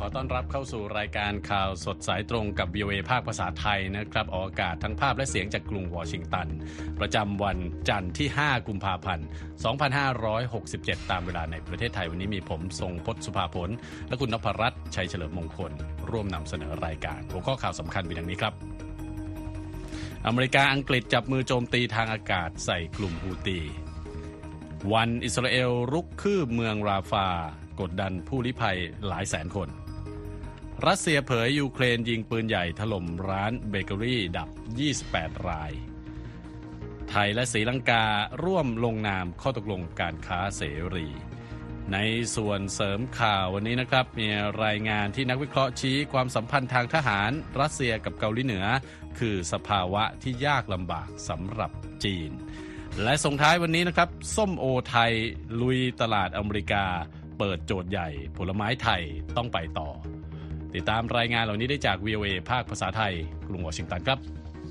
ขอต้อนรับเข้าสู่รายการข่าวสดสายตรงกับ VOA ภาคภาษาไทยนะครับออกอากาศทั้งภาพและเสียงจากกรุงวอชิงตันประจำวันจันทร์ที่5กุมภาพันธ์2567ตามเวลาในประเทศไทยวันนี้มีผมทรงพจน์สุภาผลและคุณนพรัตน์ชัยเฉลิมมงคลร่วมนำเสนอรายการหัวข้อข่าวสำคัญมีดังนี้ครับอเมริกาอังกฤษจับมือโจมตีทางอากาศใส่กลุ่มฮูตีวันอิสราเอลรุกคืบเมืองราฟากดดันผู้ลี้ภัยหลายแสนคนรัสเซียเผยยูเครนยิงปืนใหญ่ถล่มร้านเบเกอรี่ดับ28รายไทยและศรีลังการ่วมลงนามข้อตกลงการค้าเสรีในส่วนเสริมข่าววันนี้นะครับมีรายงานที่นักวิเคราะห์ชี้ความสัมพันธ์ทางทหารรัสเซียกับเกาหลีเหนือคือสภาวะที่ยากลำบากสำหรับจีนและส่งท้ายวันนี้นะครับส้มโอไทยลุยตลาดอเมริกาเปิดโจทย์ใหญ่ผลไม้ไทยต้องไปต่อติดตามรายงานเหล่านี้ได้จาก VOA ภาคภาษาไทยกรุงวอชิงตันครับ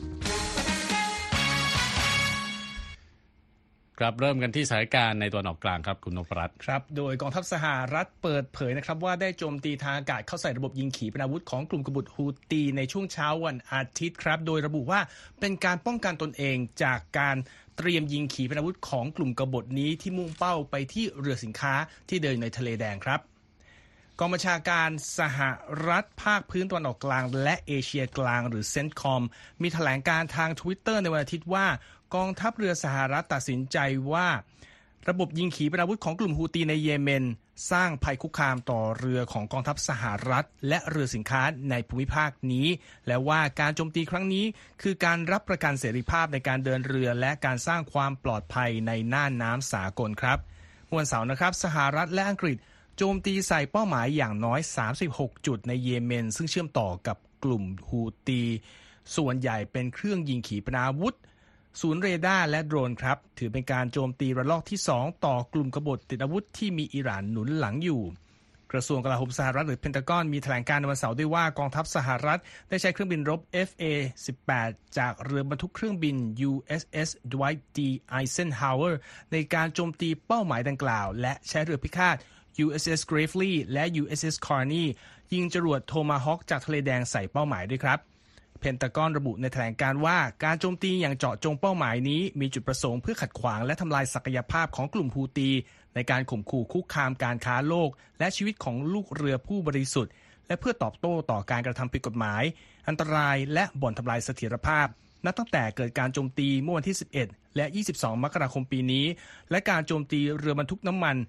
ครับเริ่มกันที่สถานการณ์ในตะวันออกกลางครับคุณนพรัตน์ครับโดยกองทัพสหรัฐเปิดเผยนะครับว่าได้โจมตีทางอากาศเข้าใส่ระบบยิงขีปนาวุธของกลุ่มกบฏฮูตีในช่วงเช้าวันอาทิตย์ครับโดยระบุว่าเป็นการป้องกันตนเองจากการเตรียมยิงขีปนาวุธของกลุ่มกบฏนี้ที่มุ่งเป้าไปที่เรือสินค้าที่เดินในทะเลแดงครับกองบัญชาการสหรัฐภาคพื้นตะวันออกกลางและเอเชียกลางหรือเซนต์คอมมีแถลงการทาง Twitter ในวันอาทิตย์ว่ากองทัพเรือสหรัฐตัดสินใจว่าระบบยิงขีปนาวุธของกลุ่มฮูตีในเยเมนสร้างภัยคุกคามต่อเรือของกองทัพสหรัฐและเรือสินค้าในภูมิภาคนี้และว่าการโจมตีครั้งนี้คือการรับประกันเสรีภาพในการเดินเรือและการสร้างความปลอดภัยในน่านน้ำสากลครับเมื่อวันเสาร์นะครับสหรัฐและอังกฤษโจมตีใส่เป้าหมายอย่างน้อย36จุดในเยเมนซึ่งเชื่อมต่อกับกลุ่มฮูตีส่วนใหญ่เป็นเครื่องยิงขีปนาวุธศูนย์เรดาร์และโดรนครับถือเป็นการโจมตีระลอกที่2ต่อกลุ่มกบฏติดอาวุธที่มีอิหร่านหนุนหลังอยู่กระทรวงกลาโหมสหรัฐหรือเพนทากอนมีแถลงการในวันเสาร์ด้วยว่ากองทัพสหรัฐได้ใช้เครื่องบินรบ FA-18 จากเรือบรรทุกเครื่องบิน USS Dwight D. Eisenhower ในการโจมตีเป้าหมายดังกล่าวและใช้เรือพิฆาต USS Gravely และ USS Carney ยิงจรวดโทมาฮอคจากทะเลแดงใส่เป้าหมายด้วยครับเพนทากอนระบุในแถลงการว่าการโจมตีอย่างเจาะจงเป้าหมายนี้มีจุดประสงค์เพื่อขัดขวางและทำลายศักยภาพของกลุ่มฮูตีในการข่มขู่คุกคามการค้าโลกและชีวิตของลูกเรือผู้บริสุทธิ์และเพื่อตอบโต้ต่อการกระทำผิดกฎหมายอันตรายและบ่อนทำลายเสถียรภาพนับตั้งแต่เกิดการโจมตีเมื่อวันที่11และ22มกราคมปีนี้และการโจมตีเรือบรรทุกน้ำมัน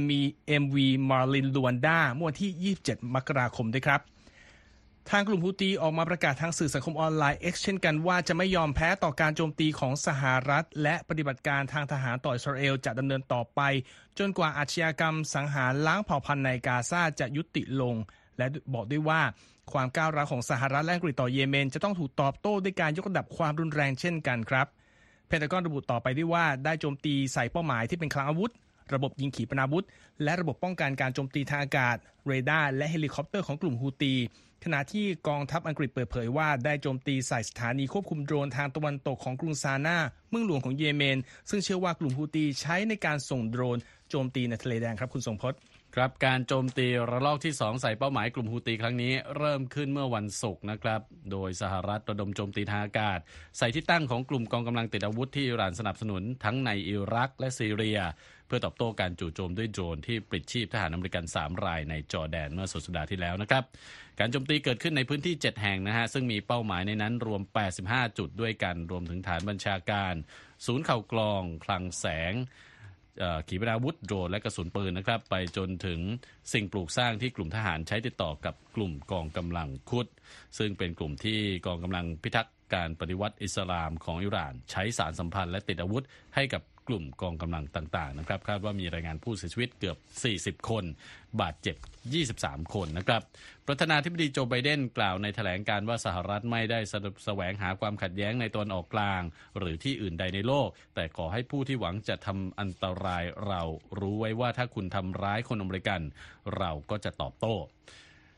MV Marlin Luanda เมื่อวันที่27มกราคมด้วยครับทางกลุ่มฮูตีออกมาประกาศทางสื่อสังคมออนไลน์ X เช่นกันว่าจะไม่ยอมแพ้ต่อการโจมตีของสหรัฐและปฏิบัติการทางทหารต่ออิสราเอลจะดำเนินต่อไปจนกว่าอาชญากรรมสังหารล้างเผ่าพันธุ์ในกาซาจะยุติลงและบอกด้วยว่าความก้าวร้าวของสหรัฐและอังกฤษต่อเยเมนจะต้องถูกตอบโต้ด้วยการยกระดับความรุนแรงเช่นกันครับเพนทากอนระบุต่อไปด้วยว่าได้โจมตีใส่เป้าหมายที่เป็นคลังอาวุธระบบยิงขีปนาวุธและระบบป้องกันการโจมตีทางอากาศเรดาร์และเฮลิคอปเตอร์ของกลุ่มฮูตีขณะที่กองทัพอังกฤษเปิดเผยว่าได้โจมตีใส่สถานีควบคุมโดรนทางตะวันตกของกรุงซานาเมืองหลวงของเยเมนซึ่งเชื่อว่ากลุ่มฮูตีใช้ในการส่งโดรนโจมตีในทะเลแดงครับคุณทรงพจน์ครับการโจมตีระลอกที่2ใส่เป้าหมายกลุ่มฮูตีครั้งนี้เริ่มขึ้นเมื่อวันศุกร์นะครับโดยสหรัฐระดมโจมตีทางอากาศใส่ที่ตั้งของกลุ่มกองกำลังติดอาวุธที่อิหร่านสนับสนุนทั้งในอิรักและซีเรียเพื่อตอบโต้การจู่โจมด้วยโดรนที่ปลิดชีพทหารอเมริกัน3รายในจอร์แดนเมื่อสุดสัปดาห์ที่แล้วนะครับการโจมตีเกิดขึ้นในพื้นที่7แห่งนะฮะซึ่งมีเป้าหมายในนั้นรวม85จุดด้วยกันรวมถึงฐานบัญชาการศูนย์ข่าวกลองคลังแสงขีปนาวุธโดรนและกระสุนปืนนะครับไปจนถึงสิ่งปลูกสร้างที่กลุ่มทหารใช้ติดต่อกับกลุ่มกองกำลังคุดซึ่งเป็นกลุ่มที่กองกำลังพิทักษ์การปฏิวัติอิสลามของอิหร่านใช้สารสัมพันธ์และติดอาวุธให้กับกลุ่มกองกำลังต่างๆนะครับคาดว่ามีรายงานผู้เสียชีวิตเกือบ40คนบาดเจ็บ23คนนะครับประธานาธิบดีโจไบเดนกล่าวในแถลงการว่าสหรัฐไม่ได้แสวงหาความขัดแย้งในตะวันออกกลางหรือที่อื่นใดในโลกแต่ขอให้ผู้ที่หวังจะทำอันตรายเรารู้ไว้ว่าถ้าคุณทำร้ายคนอเมริกันเราก็จะตอบโต้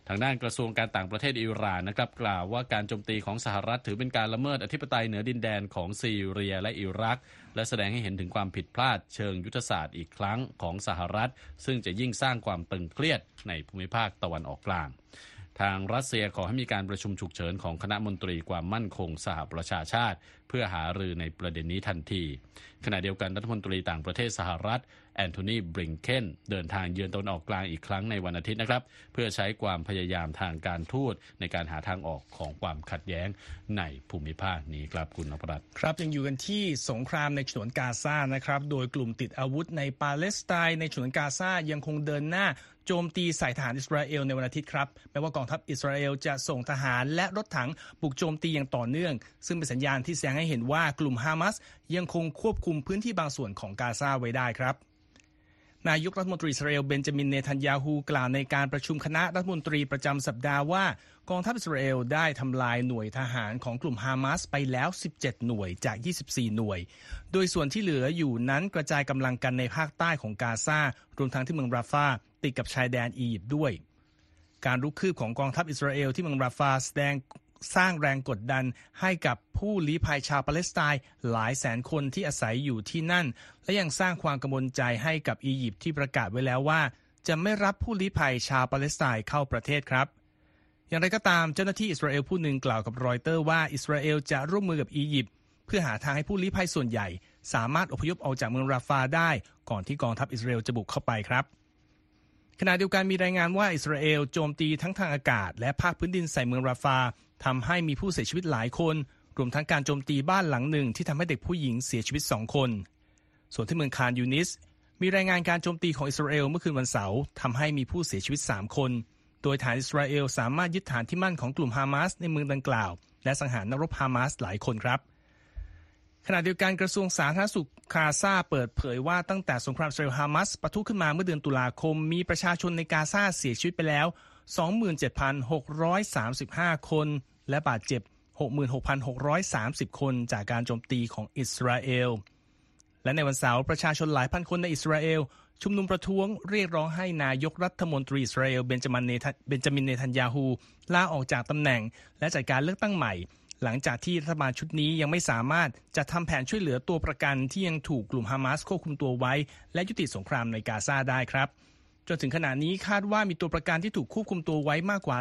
ทางด้านกระทรวงการต่างประเทศอิหร่านนะครับกล่าวว่าการโจมตีของสหรัฐถือเป็นการละเมิดอธิปไตยเหนือดินแดนของซีเรียและอิรักและแสดงให้เห็นถึงความผิดพลาดเชิงยุทธศาสตร์อีกครั้งของสหรัฐซึ่งจะยิ่งสร้างความตึงเครียดในภูมิภาคตะวันออกกลางทางรัสเซียขอให้มีการประชุมฉุกเฉินของคณะมนตรีความมั่นคงสหประชาชาติเพื่อหารือในประเด็นนี้ทันทีขณะเดียวกันรัฐมนตรีต่างประเทศสหรัฐแอนโทนีบริงเคนเดินทางเยือนตะวันออกกลางอีกครั้งในวันอาทิตย์นะครับเพื่อใช้ความพยายามทางการทูตในการหาทางออกของความขัดแย้งในภูมิภาคนี้ครับคุณนพรัตน์ครับยังอยู่กันที่สงครามในฉนวนกาซานะครับโดยกลุ่มติดอาวุธในปาเลสไตน์ในฉนวนกาซายังคงเดินหน้าโจมตีใส่ทหารอิสราเอลในวันอาทิตย์ครับแม้ว่ากองทัพอิสราเอลจะส่งทหารและรถถังบุกโจมตีอย่างต่อเนื่องซึ่งเป็นสัญญาณที่แสดงให้เห็นว่ากลุ่มฮามาสยังคงควบคุมพื้นที่บางส่วนของกาซาไว้ได้ครับนายกรัฐมนตรีอิสราเอลเบนจามินเนทันยาฮูกล่าวในการประชุมคณะรัฐมนตรีประจำสัปดาห์ว่ากองทัพอิสราเอลได้ทำลายหน่วยทหารของกลุ่มฮามาสไปแล้ว17หน่วยจาก24หน่วยโดยส่วนที่เหลืออยู่นั้นกระจายกำลังกันในภาคใต้ของกาซารวมทั้งที่เมืองราฟาติดกับชายแดนอียิปต์ด้วยการรุกคืบของกองทัพอิสราเอลที่เมืองราฟาสร้างแรงกดดันให้กับผู้ลี้ภัยชาวปาเลสไตน์หลายแสนคนที่อาศัยอยู่ที่นั่นและยังสร้างความกังวลใจให้กับอียิปต์ที่ประกาศไว้แล้วว่าจะไม่รับผู้ลี้ภัยชาวปาเลสไตน์เข้าประเทศครับอย่างไรก็ตามเจ้าหน้าที่อิสราเอลผู้หนึ่งกล่าวกับรอยเตอร์ว่าอิสราเอลจะร่วมมือกับอียิปต์เพื่อหาทางให้ผู้ลี้ภัยส่วนใหญ่สามารถอพยพออกจากเมืองราฟาได้ก่อนที่กองทัพอิสราเอลจะบุกเข้าไปครับขณะเดียวกันมีรายงานว่าอิสราเอลโจมตีทั้งทางอากาศและภาคพื้นดินใส่เมืองราฟาทำให้มีผู้เสียชีวิตหลายคนรวมทั้งการโจมตีบ้านหลังหนึ่งที่ทำให้เด็กผู้หญิงเสียชีวิต2คนส่วนที่เมืองคานยูนิสมีรายงานการโจมตีของอิสราเอลเมื่อคืนวันเสาร์ทำให้มีผู้เสียชีวิต3คนโดยฐานอิสราเอลสามารถยึดฐานที่มั่นของกลุ่มฮามาสในเมืองดังกล่าวและสังหารนักรบฮามาสหลายคนครับขณะเดียวกันกระทรวงสาธารณสุขกาซาเปิดเผยว่าตั้งแต่สงครามอิสราเอลฮามาสปะทุขึ้นมาเมื่อเดือนตุลาคมมีประชาชนในกาซาเสียชีวิตไปแล้ว 27,635 คนและบาดเจ็บ 66,630 คนจากการโจมตีของอิสราเอลและในวันเสาร์ประชาชนหลายพันคนในอิสราเอลชุมนุมประท้วงเรียกร้องให้นายกรัฐมนตรีอิสราเอลเบนจามินเนทันยาฮูลาออกจากตำแหน่งและจัดการเลือกตั้งใหม่หลังจากที่รัฐบาลชุดนี้ยังไม่สามารถจะทำแผนช่วยเหลือตัวประกันที่ยังถูกกลุ่มฮามาสควบคุมตัวไว้และยุติสงครามในกาซาได้ครับจนถึงขณะนี้คาดว่ามีตัวประกันที่ถูกควบคุมตัวไว้มากกว่า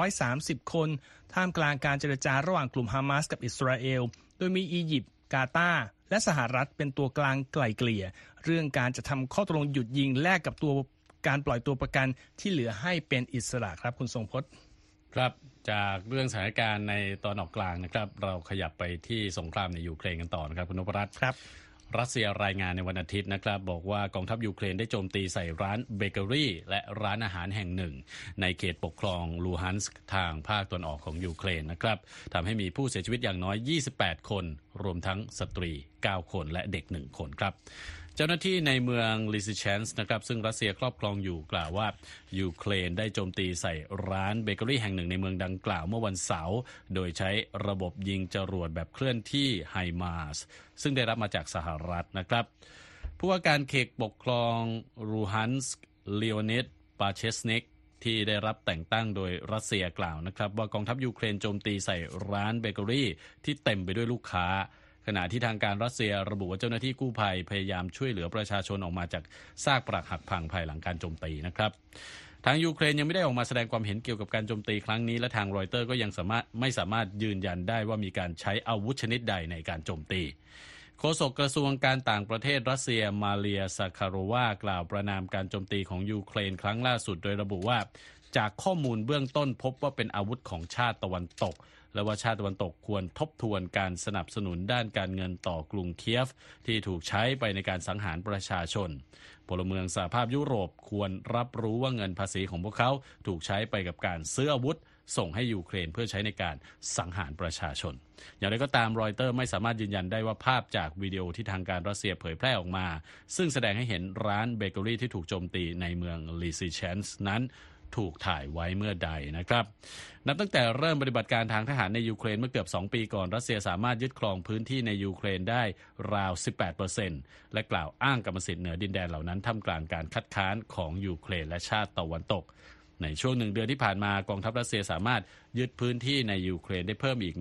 130คนท่ามกลางการเจรจาระหว่างกลุ่มฮามาสกับอิสราเอลโดยมีอียิปต์กาตาร์และสหรัฐเป็นตัวกลางไกล่เกลี่ยเรื่องการจะทำข้อตกลงหยุดยิงแลกกับตัวการปล่อยตัวประกันที่เหลือให้เป็นอิสระครับคุณทรงพจน์ครับจากเรื่องสถานการณ์ในตอนออกกลางนะครับเราขยับไปที่สงครามในยูเครนกันต่อนะครับคุณนพรัตน์ครับรัสเซียรายงานในวันอาทิตย์นะครับบอกว่ากองทัพยูเครนได้โจมตีใส่ร้านเบเกอรี่และร้านอาหารแห่งหนึ่งในเขตปกครองลูฮันสก์ทางภาคตะวันออกของยูเครนนะครับทำให้มีผู้เสียชีวิตอย่างน้อย28คนรวมทั้งสตรี9คนและเด็ก1คนครับเจ้าหน้าที่ในเมืองลิซิเชนส์นะครับซึ่งรัสเซียครอบครองอยู่กล่าวว่ายูเครนได้โจมตีใส่ร้านเบเกอรี่แห่งหนึ่งในเมืองดังกล่าวเมื่อวันเสาร์โดยใช้ระบบยิงจรวดแบบเคลื่อนที่ไฮมาร์สซึ่งได้รับมาจากสหรัฐนะครับผู้ว่าการเขตปกครองลูฮันสก์เลโอนิดปาเชสนิกที่ได้รับแต่งตั้งโดยรัสเซียกล่าวนะครับว่ากองทัพยูเครนโจมตีใส่ร้านเบเกอรี่ที่เต็มไปด้วยลูกค้าขณะที่ทางการรัสเซียระบุว่าเจ้าหน้าที่กู้ภัยพยายามช่วยเหลือประชาชนออกมาจากซากปรักหักพังภายหลังการโจมตีนะครับทางยูเครนยังไม่ได้ออกมาแสดงความเห็นเกี่ยวกับการโจมตีครั้งนี้และทางรอยเตอร์ก็ยังไม่สามารถยืนยันได้ว่ามีการใช้อาวุธชนิดใดในการโจมตีโฆษกกระทรวงการต่างประเทศรัสเซียมาเลียซาคาโรวากล่าวประณามการโจมตีของยูเครนครั้งล่าสุดโดยระบุว่าจากข้อมูลเบื้องต้นพบว่าเป็นอาวุธของชาติตะวันตกและว่าชาติตะวันตกควรทบทวนการสนับสนุนด้านการเงินต่อกรุงเคียฟที่ถูกใช้ไปในการสังหารประชาชนพลเมืองสหภาพยุโรปควรรับรู้ว่าเงินภาษีของพวกเขาถูกใช้ไปกับการซื้ออาวุธส่งให้ยูเครนเพื่อใช้ในการสังหารประชาชนอย่างไรก็ตามรอยเตอร์ไม่สามารถยืนยันได้ว่าภาพจากวิดีโอที่ทางการรัสเซียเผยแพร่ออกมาซึ่งแสดงให้เห็นร้านเบเกอรี่ที่ถูกโจมตีในเมืองลิซิเชนส์นั้นถูกถ่ายไว้เมื่อใดนะครับนับตั้งแต่เริ่มปฏิบัติการทางทหารในยูเครนเมื่อเกือบ2ปีก่อนรัสเซียสามารถยึดครองพื้นที่ในยูเครนได้ราว 18% และกล่าวอ้างกรรมสิทธิ์เหนือดินแดนเหล่านั้นท่ามกลางการคัดค้านของยูเครนและชาติตะวันตกในช่วง1 เดือนที่ผ่านมากองทัพรัสเซียสามารถยึดพื้นที่ในยูเครนได้เพิ่มอีก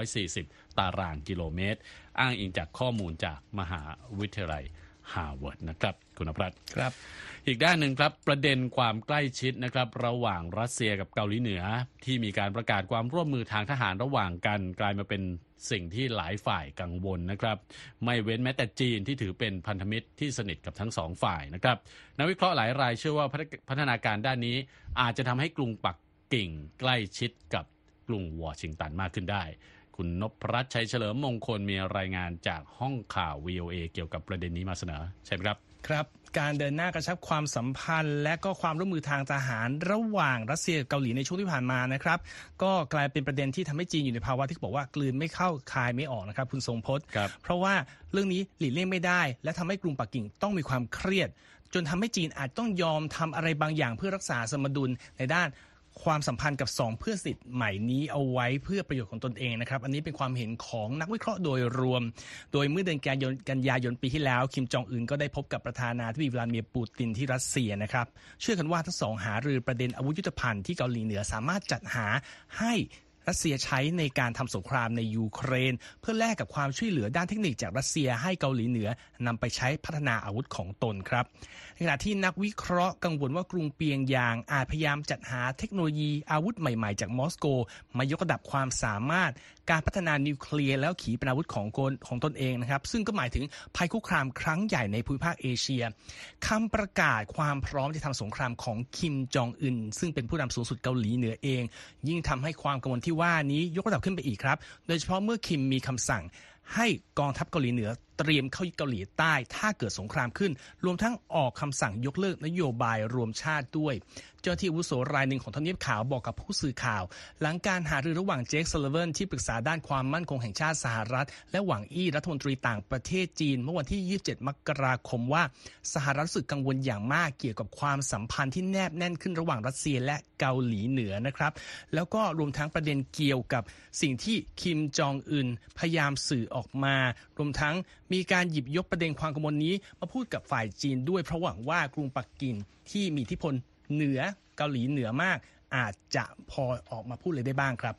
140 ตารางกิโลเมตรอ้างอิงจากข้อมูลจากมหาวิทยาลัยฮาร์วาร์ดนะครับคุณอภัทรครับอีกด้านหนึ่งครับประเด็นความใกล้ชิดนะครับระหว่างรัสเซียกับเกาหลีเหนือที่มีการประกาศความร่วมมือทางทหารระหว่างกันกลายมาเป็นสิ่งที่หลายฝ่ายกังวลนะครับไม่เว้นแม้แต่จีนที่ถือเป็นพันธมิตรที่สนิทกับทั้งสองฝ่ายนะครับนักวิเคราะห์หลายรายเชื่อว่าพัฒนาการด้านนี้อาจจะทำให้กรุงปักกิ่งใกล้ชิดกับกรุงวอชิงตันมากขึ้นได้คุณนพรัตน์ชัยเฉลิมมงคลมีรายงานจากห้องข่าว VOA เกี่ยวกับประเด็นนี้มาเสนอใช่ไหมครับครับการเดินหน้ากระชับความสัมพันธ์และก็ความร่วมมือทางทหารระหว่างรัสเซียกับเกาหลีในช่วงที่ผ่านมานะครับก็กลายเป็นประเด็นที่ทำให้จีนอยู่ในภาวะที่บอกว่ากลืนไม่เข้าคายไม่ออกนะครับคุณทรงพจน์เพราะว่าเรื่องนี้หลีกเลี่ยงไม่ได้และทำให้กรุงปักกิ่งต้องมีความเครียดจนทำให้จีนอาจต้องยอมทำอะไรบางอย่างเพื่อรักษาสมดุลในด้านความสัมพันธ์กับ2เพื่อนสนิทใหม่นี้เอาไว้เพื่อประโยชน์ของตนเองนะครับอันนี้เป็นความเห็นของนักวิเคราะห์โดยรวมโดยเมื่อเดือนกันยายนปีที่แล้วคิมจองอึนก็ได้พบกับประธานาธิบดีวลาดิเมียร์ปูตินที่รัสเซียนะครับเชื่อกันว่าทั้งสองหารือประเด็นอาวุธยุทโธภัณฑ์ที่เกาหลีเหนือสามารถจัดหาให้รัสเซียใช้ในการทำสงครามในยูเครนเพื่อแลกกับความช่วยเหลือด้านเทคนิคจากรัสเซียให้เกาหลีเหนือนำไปใช้พัฒนาอาวุธของตนครับในขณะที่นักวิเคราะห์กังวลว่ากรุงเปียงยางอาจพยายามจัดหาเทคโนโลยีอาวุธใหม่ๆจากมอสโกมายกระดับความสามารถการพัฒนานิวเคลียร์แล้วขีปนาวุธของตนเองนะครับซึ่งก็หมายถึงภัยคุกคามครั้งใหญ่ในภูมิภาคเอเชียคำประกาศความพร้อมจะทำสงครามของคิมจองอึนซึ่งเป็นผู้นำสูงสุดเกาหลีเหนือเองยิ่งทำให้ความกังวลที่ว่านี้ยกระดับขึ้นไปอีกครับโดยเฉพาะเมื่อคิมมีคำสั่งให้กองทัพเกาหลีเหนือเตรียมเข้ายึดเกาหลีใต้ถ้าเกิดสงครามขึ้นรวมทั้งออกคำสั่งยกเลิกนโยบายรวมชาติด้วยเจ้าที่อาวุโสรายหนึ่งของทำเนียบขาวบอกกับผู้สื่อข่าวหลังการหารือระหว่างเจค ซัลลิเวนที่ปรึกษาด้านความมั่นคงแห่งชาติสหรัฐและหวังอี้รัฐมนตรีต่างประเทศจีนเมื่อวันที่27มกราคมว่าสหรัฐรู้สึกกังวลอย่างมากเกี่ยวกับความสัมพันธ์ที่แนบแน่นขึ้นระหว่างรัสเซียและเกาหลีเหนือนะครับแล้วก็รวมทั้งประเด็นเกี่ยวกับสิ่งที่คิมจองอึนพยายามสื่อออกมารวมทั้งมีการหยิบยกประเด็นความกังวลนี้มาพูดกับฝ่ายจีนด้วยเพราะหวังว่ากรุงปักกิ่งที่มีอิทธิพลเหนือเกาหลีเหนือมากอาจจะพอออกมาพูดเลยได้บ้างครับ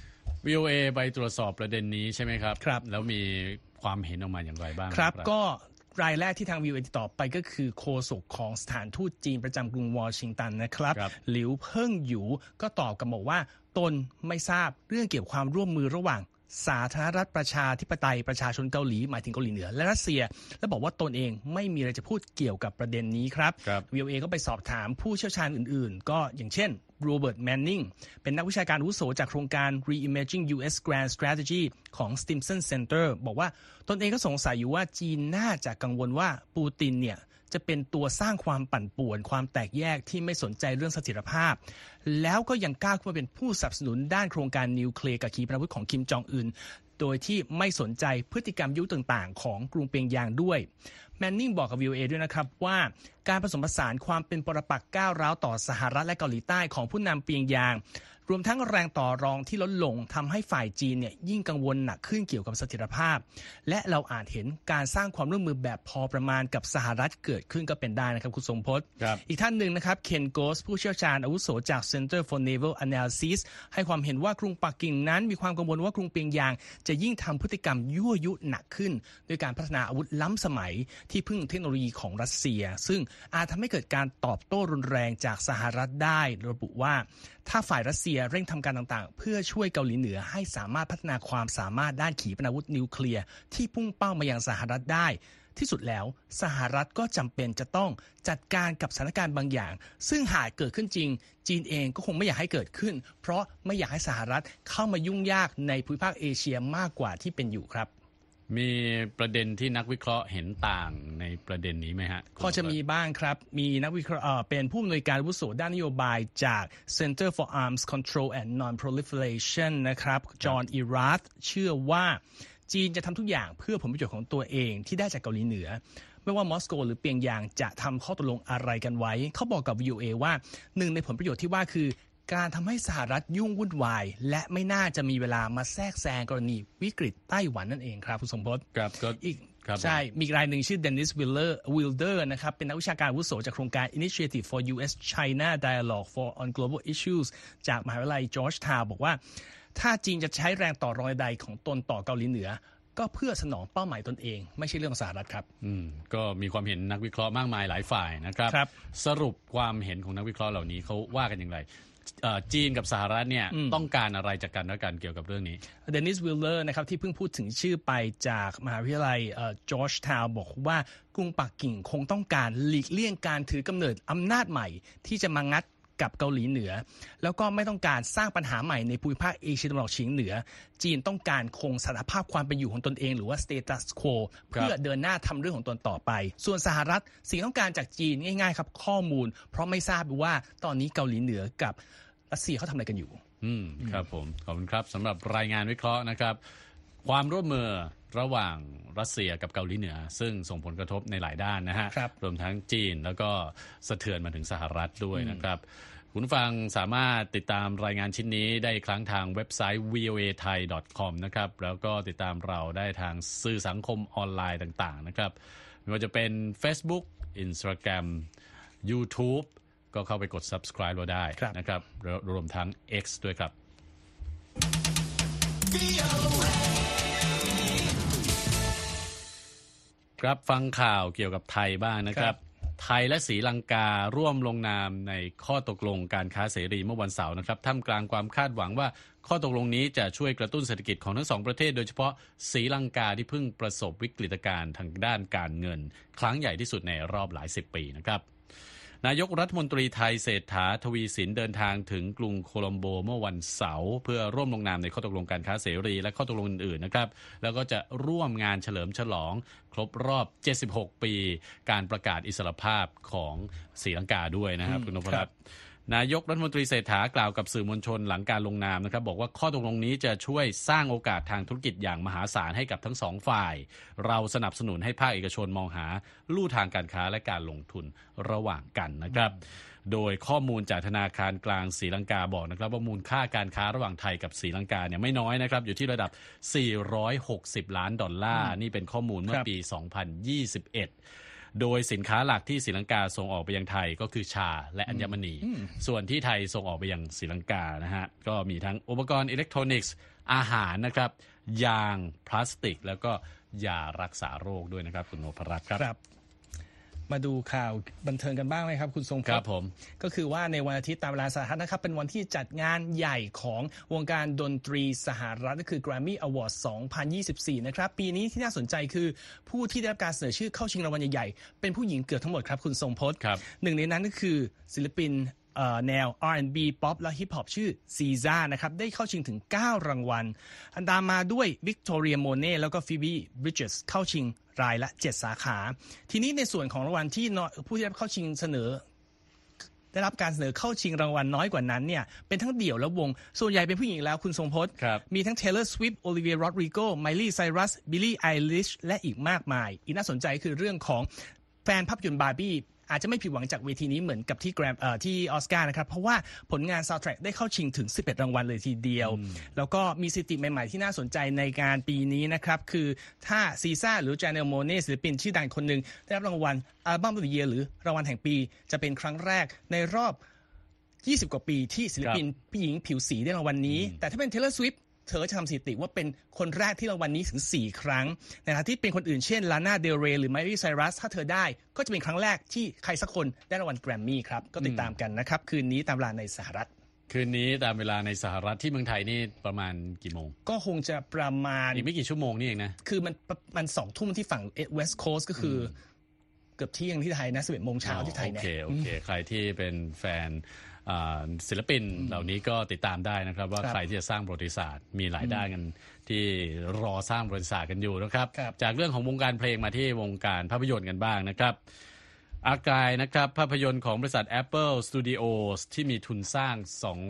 VOA ไปตรวจสอบประเด็นนี้ใช่ไหมครับครับแล้วมีความเห็นออกมาอย่างไรบ้างครับก็รายแรกที่ทาง VOA ติดต่อไปก็คือโฆษกของสถานทูตจีนประจำกรุงวอชิงตันนะครับหลิวเพิ่งหยูก็ตอบกับบอกว่าตนไม่ทราบเรื่องเกี่ยวกับความร่วมมือระหว่างสาธารณรัฐประชาธิปไตยประชาชนเกาหลีหมายถึงเกาหลีเหนือและรัสเซียและบอกว่าตนเองไม่มีอะไรจะพูดเกี่ยวกับประเด็นนี้ครับ VOA ก็ไปสอบถามผู้เชี่ยวชาญอื่นๆก็อย่างเช่นโรเบิร์ตแมนนิงเป็นนักวิชาการอาวุโสจากโครงการ Reimagining U.S. Grand Strategy ของ Stimson Center บอกว่าตนเองก็สงสัยอยู่ว่าจีนน่าจะกังวลว่าปูตินเนี่ยจะเป็นตัวสร้างความปั่นป่วนความแตกแยกที่ไม่สนใจเรื่องเสถียรภาพแล้วก็ยังกล้าขึ้นมาเป็นผู้สนับสนุนด้านโครงการนิวเคลียร์กับขีปนาวุธของคิมจองอึนโดยที่ไม่สนใจพฤติกรรมยุต่างๆของกรุงเปียงยางด้วยแมนนิงบอกกับ VOA ด้วยนะครับว่าการผสมผสานความเป็นปรปักษ์ก้าวร้าวต่อสหรัฐและเกาหลีใต้ของผู้นำเปียงยางรวมทั้งแรงต่อรองที่ลดลงทำให้ฝ่ายจีนเนี่ยยิ่งกังวลหนักขึ้นเกี่ยวกับเสถียรภาพและเราอาจเห็นการสร้างความร่วมมือแบบพอประมาณกับสหรัฐเกิดขึ้นก็เป็นได้นะครับคุณทรงพจน์อีกท่านหนึ่งนะครับเคนโกสผู้เชี่ยวชาญอาวุโสจาก Center for Naval Analysis ให้ความเห็นว่ากรุงปักกิ่งนั้นมีความกังวลว่ากรุงเปียงยางจะยิ่งทำพฤติกรรมยั่วยุหนักขึ้นด้วยการพัฒนาอาวุธล้ำสมัยที่พึ่งเทคโนโลยีของรัสเซียซึ่งอาจทำให้เกิดการตอบโต้รุนแรงจากสหรัฐได้ระบุว่าถ้าฝ่ายรัสเซียเร่งทำการต่างๆเพื่อช่วยเกาหลีเหนือให้สามารถพัฒนาความสามารถด้านขีปนาวุธนิวเคลียร์ที่พุ่งเป้ามายังสหรัฐได้ที่สุดแล้วสหรัฐก็จำเป็นจะต้องจัดการกับสถานการณ์บางอย่างซึ่งหากเกิดขึ้นจริงจีนเองก็คงไม่อยากให้เกิดขึ้นเพราะไม่อยากให้สหรัฐเข้ามายุ่งยากในภูมิภาคเอเชียมากกว่าที่เป็นอยู่ครับมีประเด็นที่นักวิเคราะห์เห็นต่างในประเด็นนี้ไหมฮะพอจะมีบ้างครับมีนักวิเคราะห์เป็นผู้อำนวยการอาวุโสด้านนโยบายจาก Center for Arms Control and Non-Proliferation นะครับจอห์นอีรัธเชื่อว่าจีนจะทำทุกอย่างเพื่อผลประโยชน์ของตัวเองที่ได้จากเกาหลีเหนือไม่ว่ามอสโกหรือเปียงยางจะทำข้อตกลงอะไรกันไว้เขาบอกกับ VOA ว่าหนึ่งในผลประโยชน์ที่ว่าคือการทำให้สหรัฐยุ่งวุ่นวายและไม่น่าจะมีเวลามาแทรกแซงกรณีวิกฤตไต้หวันนั่นเองครับคุณสมพศครับก็อีกใช่มีรายหนึ่งชื่อเดนิสวิลเดอร์นะครับเป็นนักวิชาการอาวุโสจากโครงการ Initiative for US-China Dialogue on Global Issues จากมหาวิทยาลัยจอร์จทาวน์บอกว่าถ้าจีนจะใช้แรงต่อรองใดของตนต่อเกาหลีเหนือก็เพื่อสนองเป้าหมายตนเองไม่ใช่เรื่องสหรัฐครับก็มีความเห็นนักวิเคราะห์มากมายหลายฝ่ายนะครับสรุปความเห็นของนักวิเคราะห์เหล่านี้เขาว่ากันอย่างไรจีนกับสหรัฐเนี่ยต้องการอะไรจากกันและกันเกี่ยวกับเรื่องนี้เดนิสวิลเลอร์นะครับที่เพิ่งพูดถึงชื่อไปจากมหาวิทยาลัยจอร์จทาวน์บอกว่ากรุงปักกิ่งคงต้องการหลีกเลี่ยงการถือกำเนิดอำนาจใหม่ที่จะมางัดกับเกาหลีเหนือแล้วก็ไม่ต้องการสร้างปัญหาใหม่ในภูมิภาคเอเชียตะวันออกเฉียงเหนือจีนต้องการคงสถานภาพความเป็นอยู่ของตนเองหรือว่า status quo เพื่อเดินหน้าทำเรื่องของตนต่อไปส่วนสหรัฐสิ่งต้องการจากจีนง่ายๆครับข้อมูลเพราะไม่ทราบว่าตอนนี้เกาหลีเหนือกับรัสเซียเขาทำอะไรกันอยู่ครับผมขอบคุณครับสำหรับรายงานวิเคราะห์นะครับความร่วมมือระหว่างรัสเซียกับเกาหลีเหนือซึ่งส่งผลกระทบในหลายด้านนะฮะ รวมทั้งจีนแล้วก็สะเทือนมาถึงสหรัฐด้วยนะครับคุณผู้ฟังสามารถติดตามรายงานชิ้นนี้ได้อีกครั้งทางเว็บไซต์ voathai.com นะครับแล้วก็ติดตามเราได้ทางสื่อสังคมออนไลน์ต่างๆนะครับไม่ว่าจะเป็น Facebook Instagram YouTube ก็เข้าไปกด subscribe เราได้นะครับรวมทั้ง X ด้วยครับครับฟังข่าวเกี่ยวกับไทยบ้างนะครับไทยและศรีลังการ่วมลงนามในข้อตกลงการค้าเสรีเมื่อวันเสาร์นะครับท่ามกลางความคาดหวังว่าข้อตกลงนี้จะช่วยกระตุ้นเศรษฐกิจของทั้งสองประเทศโดยเฉพาะศรีลังกาที่เพิ่งประสบวิกฤตการณ์ทางด้านการเงินครั้งใหญ่ที่สุดในรอบหลายสิบปีนะครับนายกรัฐมนตรีไทยเศรษฐาทวีสินเดินทางถึงกรุงโคลัมโบเมื่อวันเสาร์เพื่อร่วมลงนามในข้อตกลงการค้าเสรีและข้อตกลงอื่นๆนะครับแล้วก็จะร่วมงานเฉลิมฉลองครบรอบ76ปีการประกาศอิสรภาพของศรีลังกาด้วยนะครับคุณนพรัตน์นายกรัฐมนตรีเศรษฐากล่าวกับสื่อมวลชนหลังการลงนามนะครับบอกว่าข้อตกลงนี้จะช่วยสร้างโอกาสทางธุรกิจอย่างมหาศาลให้กับทั้งสองฝ่ายเราสนับสนุนให้ภาคเอกชนมองหาลู่ทางการค้าและการลงทุนระหว่างกันนะครับโดยข้อมูลจากธนาคารกลางศรีลังกาบอกนะครับว่ามูลค่าการค้าระหว่างไทยกับศรีลังกาเนี่ยไม่น้อยนะครับอยู่ที่ระดับ$460 ล้านนี่เป็นข้อมูลเมื่อปี 2021โดยสินค้าหลักที่ศรีลังกาส่งออกไปยังไทยก็คือชาและอัญมณีส่วนที่ไทยส่งออกไปยังศรีลังกานะฮะก็มีทั้งอุปกรณ์อิเล็กทรอนิกส์อาหารนะครับยางพลาสติกแล้วก็ยารักษาโรคด้วยนะครับคุณโนภรัตน์ครับมาดูข่าวบันเทิงกันบ้างไหมครับคุณทรงพจน์ครับผมก็คือว่าในวันอาทิตย์ตามเวลาสหรัฐนะครับเป็นวันที่จัดงานใหญ่ของวงการดนตรีสหรัฐก็คือ Grammy Awards 2024 นะครับปีนี้ที่น่าสนใจคือผู้ที่ได้รับการเสนอชื่อเข้าชิงรางวัลใหญ่ๆเป็นผู้หญิงเกือบทั้งหมดครับคุณทรงพจน์หนึ่งในนั้นก็คือศิลปินแนว R&B ป๊อปและฮิปฮอปชื่อซีซ่านะครับได้เข้าชิงถึง9รางวัลอันตามมาด้วยวิกตอเรียโมเน่แล้วก็ฟิบีบริดเจสเข้าชิงรายละ7สาขาทีนี้ในส่วนของรางวัลที่ผู้ที่ได้เข้าชิงได้รับการเสนอเข้าชิงรางวัลน้อยกว่านั้นเนี่ยเป็นทั้งเดี่ยวและวงส่วนใหญ่เป็นผู้หญิงแล้วคุณทรงพจน์มีทั้ง Taylor Swift Olivia Rodrigo Miley Cyrus Billie Eilish และอีกมากมายอีกน่าสนใจคือเรื่องของแฟนภาพยนตร์บาร์บี้อาจจะไม่ผิดหวังจากเวทีนี้เหมือนกับที่ที่ออสการ์นะครับเพราะว่าผลงานซาวด์แทร็กได้เข้าชิงถึง11รางวัลเลยทีเดียวแล้วก็มีสถิติใหม่ๆที่น่าสนใจในการปีนี้นะครับคือถ้าซีซ่าหรือจาเนลโมเน่ศิลปินชื่อดังคนหนึ่งได้รับรางวัลอัลบั้มออฟเดอะเยียร์หรือรางวัลแห่งปีจะเป็นครั้งแรกในรอบ20กว่าปีที่ศิลปินผู้หญิงผิวสีได้รางวัลนี้แต่ถ้าเป็น Taylor Swiftเธอจะทำสถิติว่าเป็นคนแรกที่รางวัลนี้ถึง4ครั้งในขณะที่เป็นคนอื่นเช่นลาน่าเดลเรย์หรือไมลี่ไซรัสถ้าเธอได้ก็จะเป็นครั้งแรกที่ใครสักคนได้รางวัลแกรมมี่ครับก็ติดตามกันนะครับคืนนี้ตามเวลาในสหรัฐคืนนี้ตามเวลาในสหรัฐที่เมืองไทยนี่ประมาณกี่โมงก็คงจะประมาณอีกไม่กี่ชั่วโมงนี่เองนะคือมัน2 ทุ่มที่ฝั่งเวสต์โคสต์ก็คือเกือบเที่ยงที่ไทยนะ11 โมงเช้าที่ไทยเนี่ยโอเคใครที่เป็นแฟนศิลปินเหล่านี้ก็ติดตามได้นะครับว่าใครที่จะสร้างประวัติศาสตร์มีหลายด้านกันที่รอสร้างประวัติศาสตร์กันอยู่นะครับจากเรื่องของวงการเพลงมาที่วงการภาพยนตร์กันบ้างนะครับอากายนะครับภาพยนตร์ของบริษัท Apple Studios ที่มีทุนสร้าง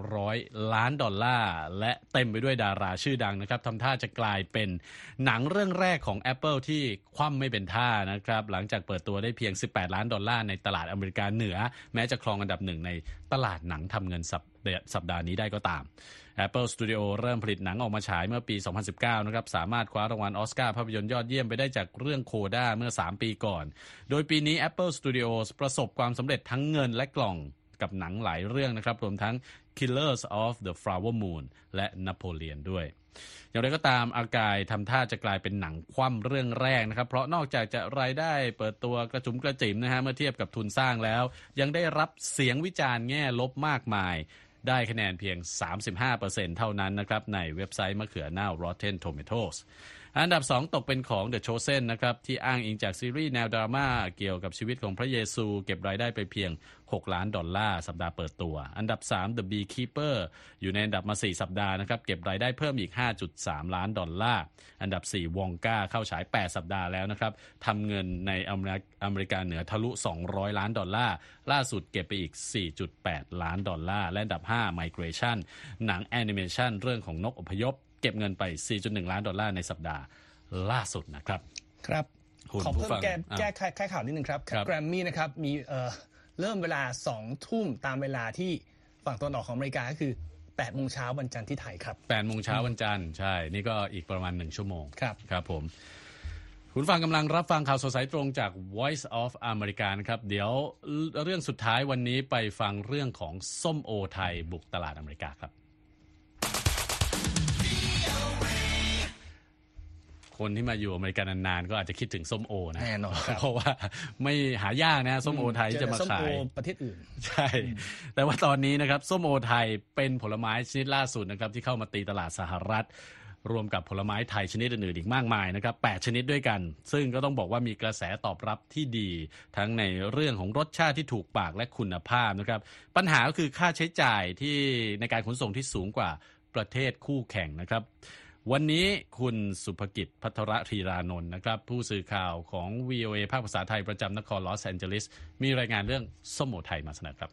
$200 ล้านและเต็มไปด้วยดาราชื่อดังนะครับทำท่าจะกลายเป็นหนังเรื่องแรกของ Apple ที่คว่ำไม่เป็นท่านะครับหลังจากเปิดตัวได้เพียง$18 ล้านในตลาดอเมริกาเหนือแม้จะครองอันดับหนึ่งในตลาดหนังทำเงินสัปดาห์นี้ได้ก็ตาม Apple Studio เริ่มผลิตหนังออกมาฉายเมื่อปี 2019 นะครับสามารถคว้ารางวัลออสการ์ภาพยนตร์ยอดเยี่ยมไปได้จากเรื่องโคด้าเมื่อ3ปีก่อนโดยปีนี้ Apple Studios ประสบความสำเร็จทั้งเงินและกล่องกับหนังหลายเรื่องนะครับรวมทั้ง Killers of the Flower Moon และ Napoleon ด้วยอย่างไรก็ตามอากายทำท่าจะกลายเป็นหนังคว่ำเรื่องแรกนะครับเพราะนอกจากจะรายได้เปิดตัวกระจุมกระจิ๋มนะฮะเมื่อเทียบกับทุนสร้างแล้วยังได้รับเสียงวิจารณ์แง่ลบมากมายได้คะแนนเพียง 35% เท่านั้นนะครับในเว็บไซต์มะเขือเน่า Rotten Tomatoes อันดับ2ตกเป็นของ The Chosen นะครับที่อ้างอิงจากซีรีส์แนวดราม่าเกี่ยวกับชีวิตของพระเยซูเก็บรายได้ไปเพียง$6 ล้านสัปดาห์เปิดตัวอันดับ3 The Beekeeper อยู่ในอันดับมา4สัปดาห์นะครับเก็บรายได้เพิ่มอีก$5.3 ล้านอันดับ4 Wonka เข้าฉาย8สัปดาห์แล้วนะครับทำเงินในอเมริกาเหนือทะลุ$200 ล้านล่าสุดเก็บไปอีก$4.8 ล้านและอันดับ5 Migration หนังแอนิเมชันเรื่องของนกอพยพเก็บเงินไป$4.1 ล้านในสัปดาห์ล่าสุดนะครับครับขอเพิ่มแก้ข่าวนิดนึงครับแกรมมี่นะครับมีเริ่มเวลา 20:00 นตามเวลาที่ฝั่งตะวันออกของอเมริกาก็คือ 8:00 นวันจันทร์ที่ไทยครับ 8:00 นวันจันทร์ใช่นี่ก็อีกประมาณ1ชั่วโมงครับผมคุณฟังกำลังรับฟังข่าวสดสายตรงจาก Voice of America นะครับเดี๋ยวเรื่องสุดท้ายวันนี้ไปฟังเรื่องของส้มโอไทยบุกตลาดอเมริกาครับคนที่มาอยู่อเมริกานานๆก็อาจจะคิดถึงส้มโอนะแน่นอนเพราะว่าไม่หายากนะส้มโอไทยจะมาขายส้มโอประเทศอื่นใช่แต่ว่าตอนนี้นะครับส้มโอไทยเป็นผลไม้ชนิดล่าสุดนะครับที่เข้ามาตีตลาดสหรัฐรวมกับผลไม้ไทยชนิดอื่นๆอีกมากมายนะครับ8ชนิดด้วยกันซึ่งก็ต้องบอกว่ามีกระแสตอบรับที่ดีทั้งในเรื่องของรสชาติที่ถูกปากและคุณภาพนะครับปัญหาก็คือค่าใช้จ่ายที่ในการขนส่งที่สูงกว่าประเทศคู่แข่งนะครับวันนี้คุณสุภกิจพัทรธีรานนท์นะครับผู้สื่อข่าวของ VOA ภาคภาษาไทยประจำนครลอสแอนเจลิสมีรายงานเรื่องส้มโอไทยมาเสนอครับ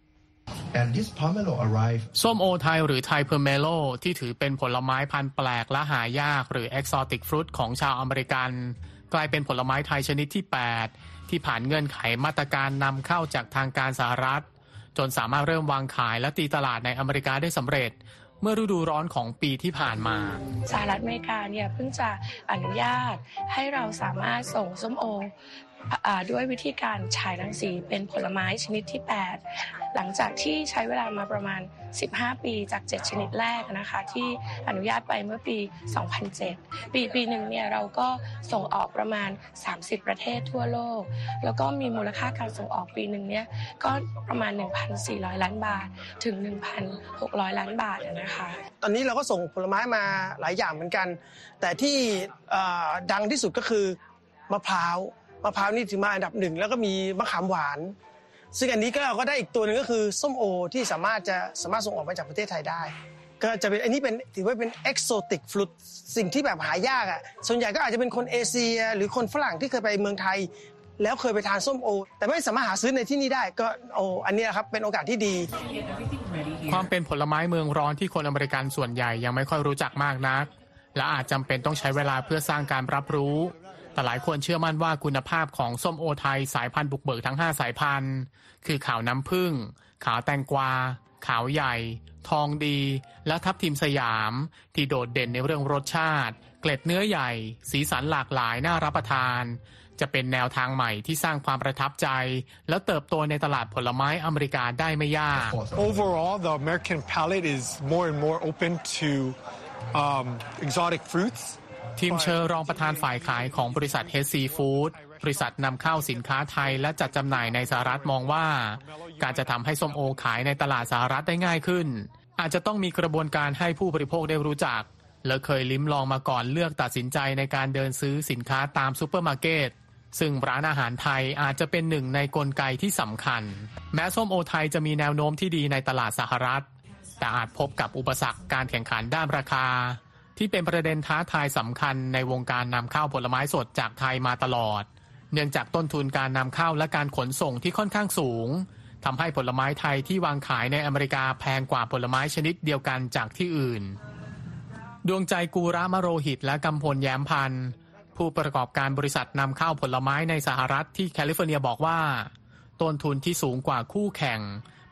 ส้มโอไทยหรือไทยเพอร์เมโลที่ถือเป็นผลไม้พันธุ์แปลกและหายากหรือ Exotic Fruit ของชาวอเมริกันกลายเป็นผลไม้ไทยชนิดที่8ที่ผ่านเงื่อนไขมาตรการนำเข้าจากทางการสหรัฐจนสามารถเริ่มวางขายและตีตลาดในอเมริกาได้สำเร็จเมื่อฤดูร้อนของปีที่ผ่านมาสหรัฐอเมริกาเนี่ยเพิ่งจะอนุญาตให้เราสามารถส่งส้มโอด้วยวิธีการฉายรังสีเป็นผลไม้ชนิดที่8หลังจากที่ใช้เวลามาประมาณ15ปีจาก7ชนิดแรกนะคะที่อนุญาตไปเมื่อปี2007ปีหนึ่งเนี่ยเราก็ส่งออกประมาณ30ประเทศทั่วโลกแล้วก็มีมูลค่าการส่งออกปีหนึ่งเนี่ยก็ประมาณ 1,400 ล้านบาทถึง 1,600 ล้านบาทนะคะตอนนี้เราก็ส่งผลไม้มาหลายอย่างเหมือนกันแต่ที่ดังที่สุดก็คือมะพร้าวนี่ถือมาอันดับ1แล้วก็มีมะขามหวานซึ่งอันนี้ก็เราก็ได้อีกตัวนึงก็คือส้มโอที่สามารถส่งออกมาจากประเทศไทยได้ก็จะเป็นอันนี้เป็นถือว่าเป็น exotic fruit สิ่งที่แบบหายากอ่ะส่วนใหญ่ก็อาจจะเป็นคนเอเชียหรือคนฝรั่งที่เคยไปเมืองไทยแล้วเคยไปทานส้มโอแต่ไม่สามารถหาซื้อในที่นี่ได้ก็อันนี้ครับเป็นโอกาสที่ดีความเป็นผลไม้เมืองร้อนที่คนอเมริกันส่วนใหญ่ยังไม่ค่อยรู้จักมากนักและอาจจำเป็นต้องใช้เวลาเพื่อสร้างการรับรู้แต่หลายคนเชื่อมั่นว่าคุณภาพของส้มโอไทยสายพันธุ์บุกเบิกทั้ง5สายพันธุ์คือขาวน้ำผึ้งขาวแตงกวาขาวใหญ่ทองดีและทับทิมสยามที่โดดเด่นในเรื่องรสชาติเกล็ดเนื้อใหญ่สีสันหลากหลายน่ารับประทานจะเป็นแนวทางใหม่ที่สร้างความประทับใจและเติบโตในตลาดผลไม้อเมริกาได้ไม่ยาก Overall, the American palate is more and more open to exotic fruits ทีมเชอร์รองประธานฝ่ายขายของบริษัท HC Food บริษัทนำเข้าสินค้าไทยและจัดจำหน่ายในสหรัฐมองว่าการจะทำให้ส้มโอขายในตลาดสหรัฐได้ง่ายขึ้นอาจจะต้องมีกระบวนการให้ผู้บริโภคได้รู้จักและเคยลิ้มลองมาก่อนเลือกตัดสินใจในการเดินซื้อสินค้าตามซูเปอร์มาร์เก็ตซึ่งร้านอาหารไทยอาจจะเป็นหนึ่งในกลไกที่สำคัญแม้ส้มโอไทยจะมีแนวโน้มที่ดีในตลาดสหรัฐแต่อาจพบกับอุปสรรคการแข่งขันด้านราคาที่เป็นประเด็นท้าทายสำคัญในวงการนำเข้าผลไม้สดจากไทยมาตลอดเนื่องจากต้นทุนการนำเข้าและการขนส่งที่ค่อนข้างสูงทำให้ผลไม้ไทยที่วางขายในอเมริกาแพงกว่าผลไม้ชนิดเดียวกันจากที่อื่นดวงใจกูระมโรหิตและกำพลแย้มพันธ์ผู้ประกอบการบริษัทนำเข้าผลไม้ในสหรัฐที่แคลิฟอร์เนียบอกว่าต้นทุนที่สูงกว่าคู่แข่ง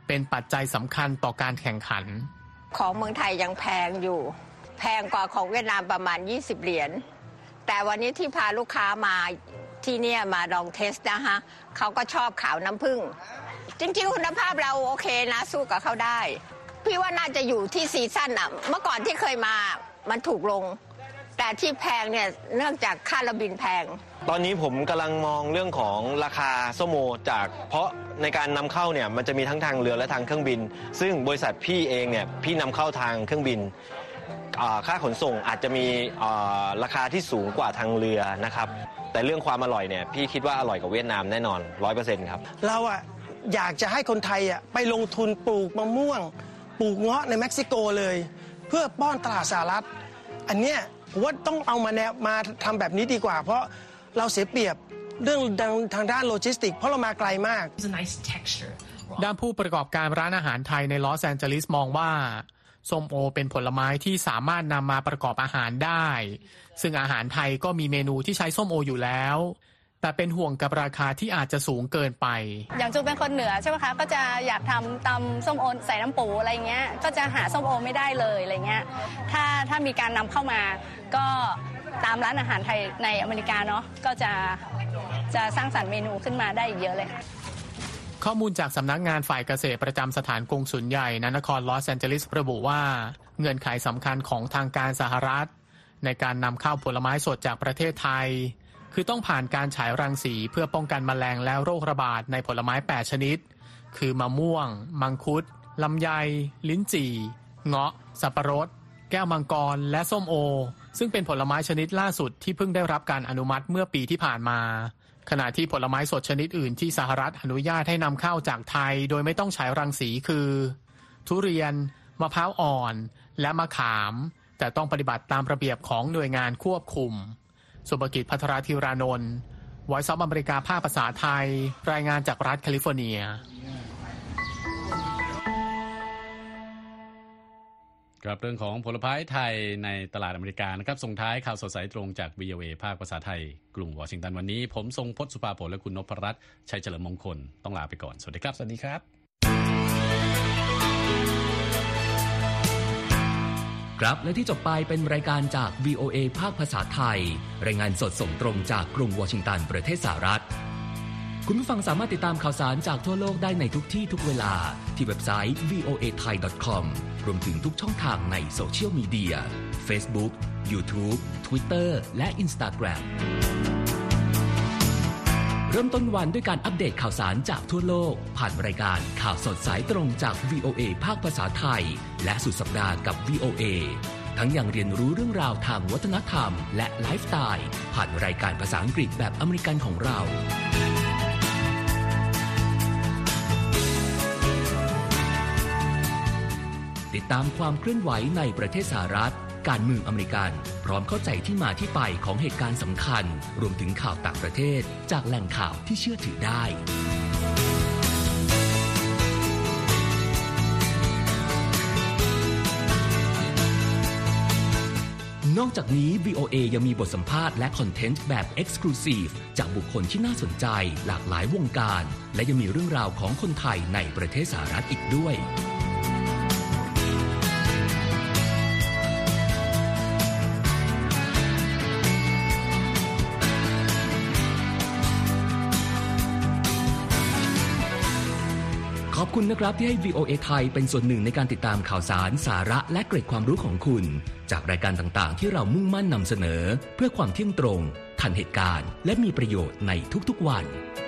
เป็นปัจจัยสำคัญต่อการแข่งขันของเมืองไทยยังแพงอยู่แพงกว่าของเวียดนามประมาณ20เหรียญแต่วันนี้ที่พาลูกค้ามาที่เนี่ยมาลองเทสนะคะเขาก็ชอบขาวน้ำผึ้งจริงๆคุณภาพเราโอเคนะสู้กับเขาได้พี่ว่าน่าจะอยู่ที่ซีซั่นอ่ะเมื่อก่อนที่เคยมามันถูกลงแต่ที่แพงเนี่ยเนื่องจากค่าระบินแพงตอนนี้ผมกำลังมองเรื่องของราคาส้มโอจากเพราะในการนำเข้าเนี่ยมันจะมีทั้งทางเรือและทางเครื่องบินซึ่งบริษัทพี่เองเนี่ยพี่นำเข้าทางเครื่องบินค่าขนส่งอาจจะมีราคาที่สูงกว่าทางเรือนะครับแต่เรื่องความอร่อยเนี่ยพี่คิดว่าอร่อยกว่าเวียดนามแน่นอน 100% ครับเราอยากจะให้คนไทยไปลงทุนปลูกมะม่วงปลูกเงาะในเม็กซิโกเลยเพื่อป้อนตลาดสหรัฐอันเนี้ยผมว่าต้องเอามาทำแบบนี้ดีกว่าเพราะเราเสียเปรียบเรื่องทางด้านโลจิสติกเพราะเรามาไกลมากด้านผู้ประกอบการร้านอาหารไทยในลอสแอนเจลิสมองว่าส้มโอเป็นผลไม้ที่สามารถนำมาประกอบอาหารได้ซึ่งอาหารไทยก็มีเมนูที่ใช้ส้มโออยู่แล้วแต่เป็นห่วงกับราคาที่อาจจะสูงเกินไปอย่างจูเป็นคนเหนือใช่ไหมคะก็จะอยากทำตำส้มโอใส่น้ำปูอะไรเงี้ยก็จะหาส้มโอไม่ได้เลยอะไรเงี้ยถ้ามีการนำเข้ามาก็ตามร้านอาหารไทยในอเมริกาเนาะก็จะสร้างสรรค์เมนูขึ้นมาได้อีกเยอะเลยค่ะข้อมูลจากสำนักงานฝ่ายเกษตรประจำสถานกงสุลใหญ่ณนครลอสแอนเจลิสระบุว่าเงื่อนไขสำคัญของทางการสหรัฐในการนำเข้าผลไม้สดจากประเทศไทยคือต้องผ่านการฉายรังสีเพื่อป้องกันแมลงและโรคระบาดในผลไม้8ชนิดคือมะม่วงมังคุดลำไยลิ้นจี่เงาะสับปะรดแก้วมังกรและส้มโอซึ่งเป็นผลไม้ชนิดล่าสุดที่เพิ่งได้รับการอนุมัติเมื่อปีที่ผ่านมาขณะที่ผลไม้สดชนิดอื่นที่สหรัฐอนุญาตให้นำเข้าจากไทยโดยไม่ต้องฉายรังสีคือทุเรียนมะพร้าวอ่อนและมะขามแต่ต้องปฏิบัติตามระเบียบของหน่วยงานควบคุมสุภกิจ ภัทรธีรานนท์ Voice of America ภาคภาษาไทยรายงานจากรัฐแคลิฟอร์เนียครับเรื่องของผลไม้ไทยในตลาดอเมริกานะครับส่งท้ายข่าวสดสายตรงจาก VOA ภาคภาษาไทยกรุงวอชิงตันวันนี้ผมทรงพจน์สุภาผลและคุณนพรัตน์ชัยเฉลิมมงคลต้องลาไปก่อนสวัสดีครับสวัสดีครับครับและที่จบไปเป็นรายการจาก VOA ภาคภาษาไทยรายงานสดส่งตรงจากกรุงวอชิงตันประเทศสหรัฐคุณผู้ฟังสามารถติดตามข่าวสารจากทั่วโลกได้ในทุกที่ทุกเวลาที่เว็บไซต์ voathai.com รวมถึงทุกช่องทางในโซเชียลมีเดีย Facebook, YouTube, Twitter และ Instagram เริ่มต้นวันด้วยการอัปเดตข่าวสารจากทั่วโลกผ่านรายการข่าวสดสายตรงจาก VOA ภาคภาษาไทยและสุดสัปดาห์กับ VOA ทั้งยังเรียนรู้เรื่องราวทางวัฒนธรรมและไลฟ์สไตล์ผ่านรายการภาษาอังกฤษแบบอเมริกันของเราติดตามความเคลื่อนไหวในประเทศสหรัฐการเมืองอเมริกันพร้อมเข้าใจที่มาที่ไปของเหตุการณ์สำคัญรวมถึงข่าวต่างประเทศจากแหล่งข่าวที่เชื่อถือได้นอกจากนี้ VOA ยังมีบทสัมภาษณ์และคอนเทนต์แบบ Exclusive จากบุคคลที่น่าสนใจหลากหลายวงการและยังมีเรื่องราวของคนไทยในประเทศสหรัฐอีกด้วยขอบคุณนะครับที่ให้ VOA ไทยเป็นส่วนหนึ่งในการติดตามข่าวสารสาระและเกร็ดความรู้ของคุณจากรายการต่างๆที่เรามุ่งมั่นนำเสนอเพื่อความเที่ยงตรงทันเหตุการณ์และมีประโยชน์ในทุกๆวัน